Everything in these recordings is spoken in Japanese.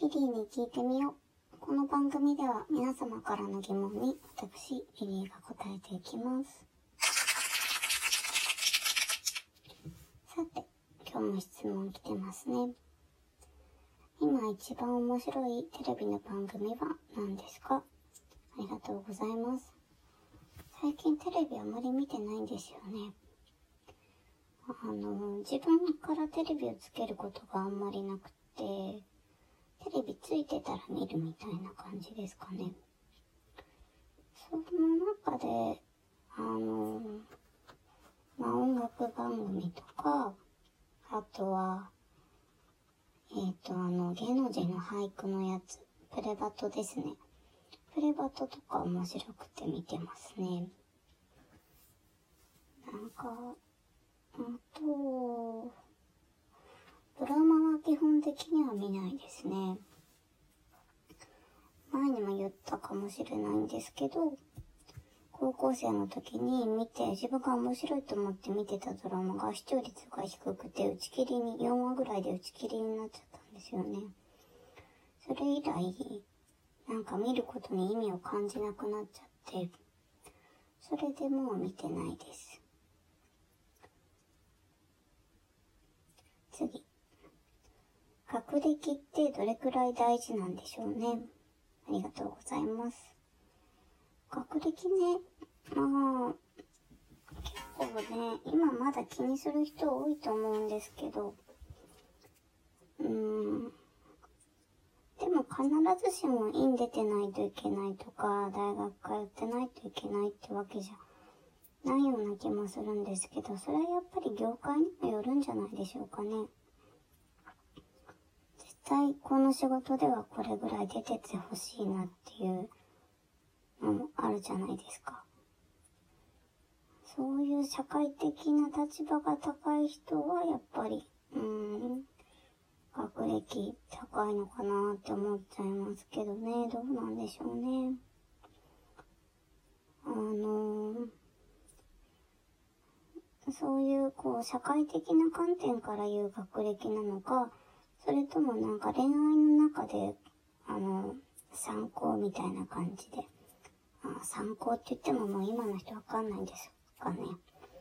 リーに聞いてみよう。この番組では皆様からの疑問に私、リリーが答えていきます。さて、今日も質問来てますね。今一番面白いテレビの番組は何ですか？ありがとうございます。最近テレビあまり見てないんですよね。自分からテレビをつけることがあんまりなくて、テレビついてたら見るみたいな感じですかね。その中で、音楽番組とか、あとは、芸能人の俳句のやつ、プレバトですね。プレバトとか面白くて見てますね。あと、ドラマは基本的には見ないですね。前にも言ったかもしれないんですけど、高校生の時に自分が面白いと思って見てたドラマが視聴率が低くて、4話ぐらいで打ち切りになっちゃったんですよね。それ以来、見ることに意味を感じなくなっちゃって、それでもう見てないです。次。学歴ってどれくらい大事なんでしょうね。ありがとうございます。学歴ね、結構ね、今まだ気にする人多いと思うんですけど、でも必ずしも院出てないといけないとか、大学通ってないといけないってわけじゃないような気もするんですけど、それはやっぱり業界にもよるんじゃないでしょうかね。絶対この仕事ではこれぐらい出ててほしいなっていうのもあるじゃないですか。そういう社会的な立場が高い人はやっぱり、学歴高いのかなって思っちゃいますけどね。どうなんでしょうね。そういう社会的な観点から言う学歴なのか、それとも恋愛の中で、参考みたいな感じで、参考って言ってももう今の人わかんないんですかね。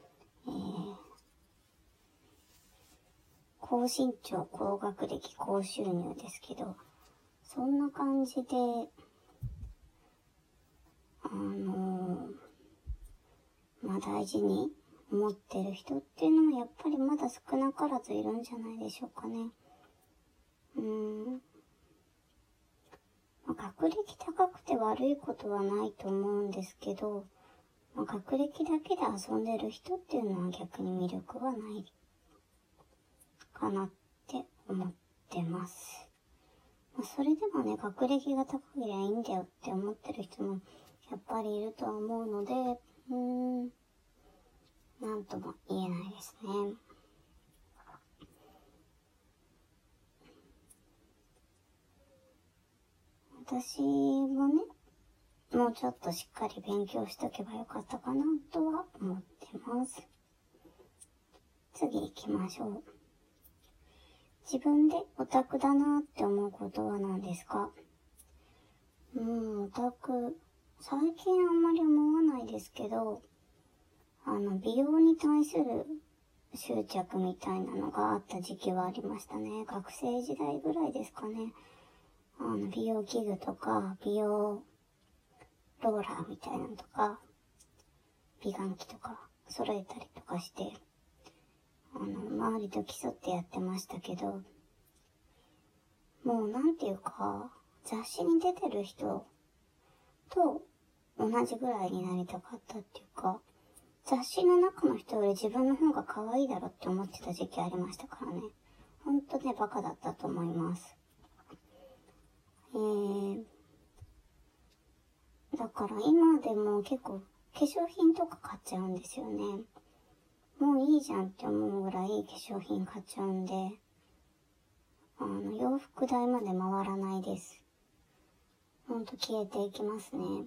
高身長、高学歴、高収入ですけど、そんな感じで、大事に思ってる人っていうのもやっぱりまだ少なからずいるんじゃないでしょうかね。学歴高くて悪いことはないと思うんですけど、学歴だけで遊んでる人っていうのは逆に魅力はないかなって思ってます。それでもね、学歴が高ければいいんだよって思ってる人もやっぱりいるとは思うので、なんとも言えないですね。私もね、もうちょっとしっかり勉強しとけばよかったかなとは思ってます。次行きましょう。自分でオタクだなって思うことは何ですか？オタク、最近あんまり思わないですけど、美容に対する執着みたいなのがあった時期はありましたね。学生時代ぐらいですかね。美容器具とか、美容ローラーみたいなのとか、美顔器とか揃えたりとかして、周りと競ってやってましたけど、もう雑誌に出てる人と同じぐらいになりたかったっていうか、雑誌の中の人より自分の方が可愛いだろって思ってた時期ありましたからね。ほんとね、バカだったと思います。だから今でも結構化粧品とか買っちゃうんですよね。もういいじゃんって思うぐらい化粧品買っちゃうんで、洋服代まで回らないです。ほんと消えていきますね。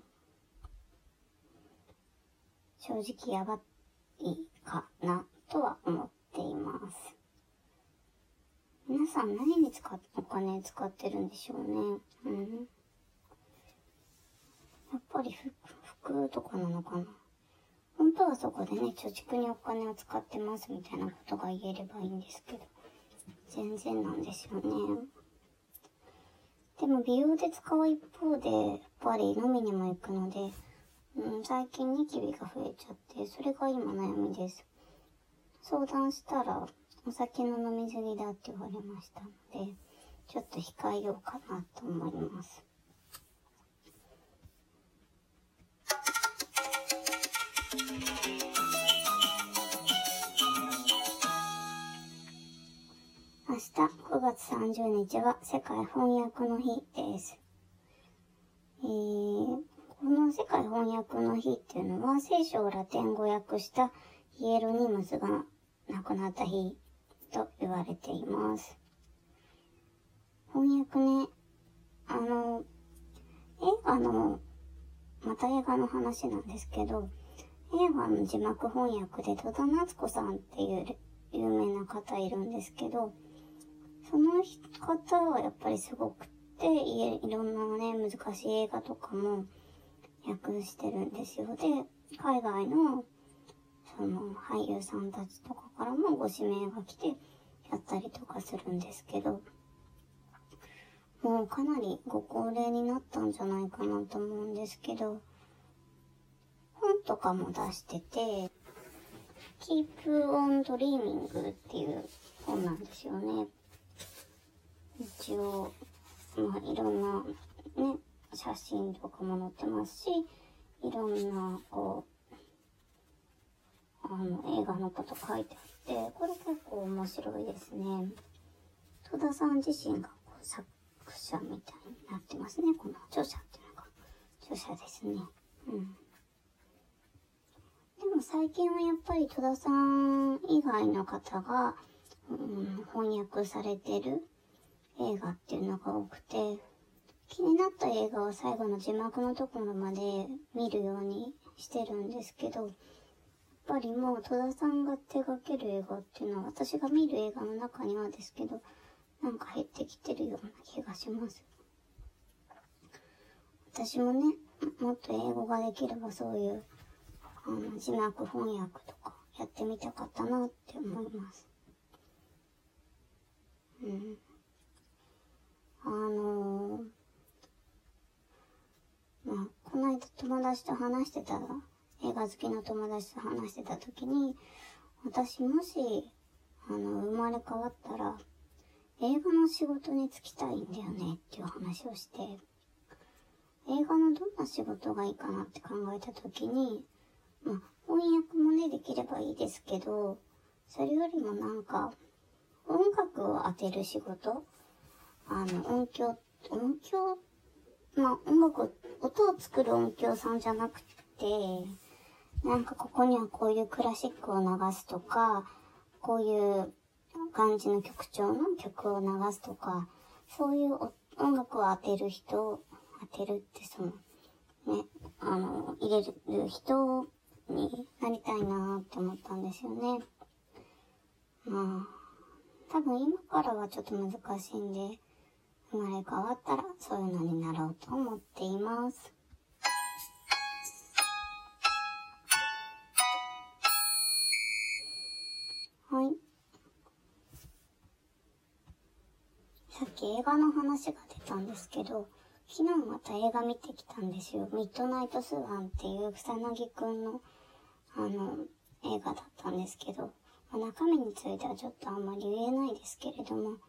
正直やばいかなとは思っています。 皆さん何にお金使ってるんでしょうね。やっぱり服とかなのかな。本当はそこでね、貯蓄にお金を使ってますみたいなことが言えればいいんですけど、全然なんですよね。でも美容で使う一方で、やっぱり飲みにも行くので、最近ニキビが増えちゃって、それが今悩みです。相談したら、お酒の飲み過ぎだって言われましたので、ちょっと控えようかなと思います。明日9月30日は世界翻訳の日です。この世界翻訳の日っていうのは聖書をラテン語訳したイエロニムスが亡くなった日と言われています。翻訳ね、また映画の話なんですけど、映画の字幕翻訳で戸田夏子さんっていう有名な方いるんですけど、その方はやっぱりすごくて、いろんなね、難しい映画とかも訳してるんですよ。で、海外のその俳優さんたちとかからもご指名が来てやったりとかするんですけど、もうかなりご高齢になったんじゃないかなと思うんですけど、本とかも出してて、Keep on Dreaming っていう本なんですよね。一応、いろんなね、写真とかも載ってますし、いろんな、映画のこと書いてあって、これ結構面白いですね。戸田さん自身が作者みたいになってますね。この著者っていうのが。著者ですね。でも最近はやっぱり戸田さん以外の方が、翻訳されてる映画っていうのが多くて、気になった映画は最後の字幕のところまで見るようにしてるんですけど、やっぱりもう戸田さんが手掛ける映画っていうのは、私が見る映画の中にはですけど、なんか減ってきてるような気がします。私もね、もっと英語ができればそういう字幕翻訳とかやってみたかったなって思います。この間友達と話してたら、映画好きの友達と話してた時に、私もし、生まれ変わったら、映画の仕事に就きたいんだよねっていう話をして、映画のどんな仕事がいいかなって考えた時に、翻訳もね、できればいいですけど、それよりもなんか、音楽を当てる仕事、音響、音を作る音響さんじゃなくて、なんかここにはこういうクラシックを流すとか、こういう感じの曲調の曲を流すとか、そういう音楽を当てるってね、入れる人になりたいなって思ったんですよね。多分今からはちょっと難しいんで、生まれ変わったらそういうのになろうと思っています。はい。さっき映画の話が出たんですけど、昨日また映画見てきたんですよ。ミッドナイトスワンっていう草薙くんの映画だったんですけど、中身についてはちょっとあんまり言えないですけれども、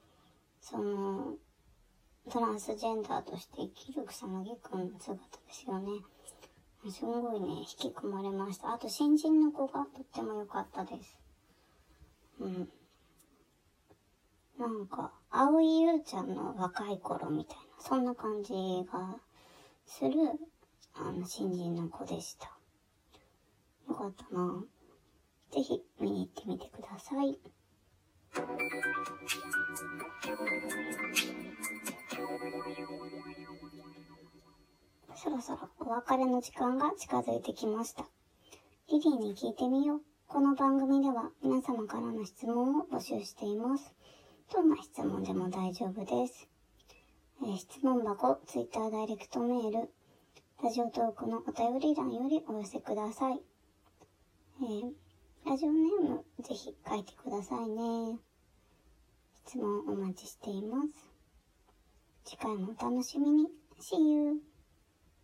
トランスジェンダーとして生きる草薙くんの姿ですよね。すごいね、引き込まれました。あと新人の子がとっても良かったです。なんか、蒼井優ちゃんの若い頃みたいな、そんな感じがする、新人の子でした。よかったな。ぜひ見に行ってみてください。そろそろお別れの時間が近づいてきました。リリーに聞いてみよう。この番組では皆様からの質問を募集しています。 どんな質問でも大丈夫です。質問箱、Twitter ダイレクトメール、ラジオトークのお便り欄よりお寄せください。ラジオネームぜひ書いてくださいね。質問お待ちしています。次回もお楽しみに。See you!